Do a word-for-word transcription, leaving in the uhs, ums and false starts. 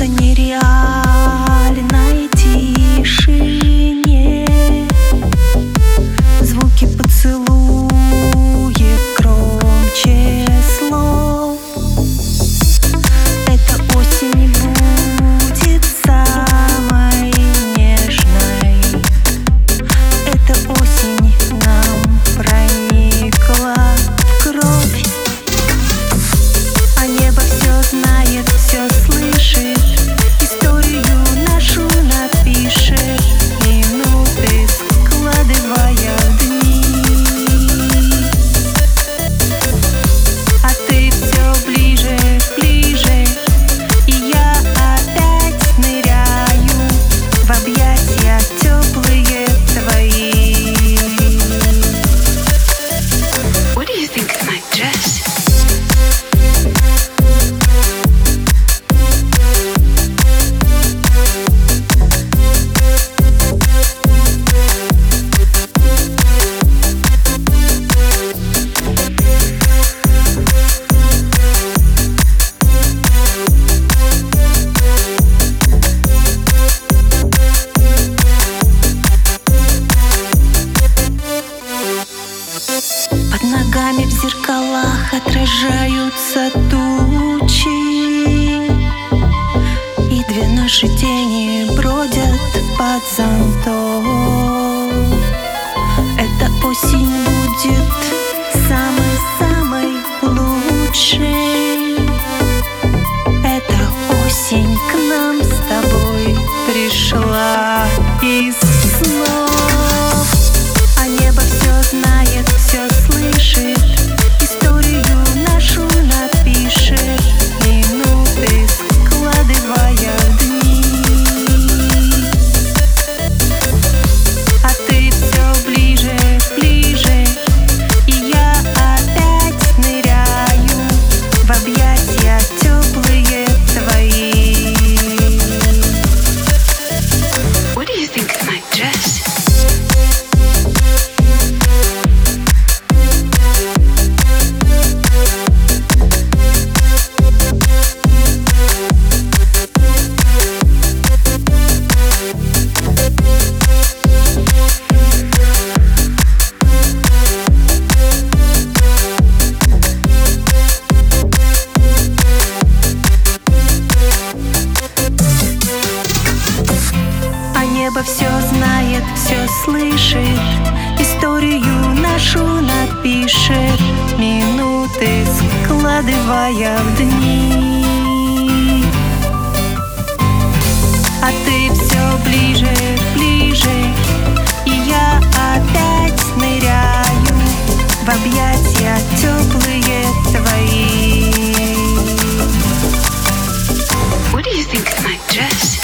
просто нереальной тишине. Звуки поцелуев громче слов. Эта осень будет самой нежной. Эта осень нам проникла в кровь. А небо все знает, все слышит, историю нашу напишет, минуты складывая в дни. А ты все ближе, ближе, и я опять ныряю в объятия теплые твои. What do you think of my dress? Под ногами в зеркалах отражаются тучи, и две наши тени бродят под зонтом. Эта осень будет самой-самой лучшей. Эта осень к нам с тобой пришла из снов. А небо все знает, все слышит, историю нашу напишет, минуты складывая в дни. А ты все ближе, ближе, и я опять ныряю в объятия теплые твои. What do you think of my dress? Небо все знает, все слышит, историю нашу напишет, минуты складывая в дни. А ты все ближе, ближе, и я опять ныряю в объятия теплые твои. What do you think of my dress?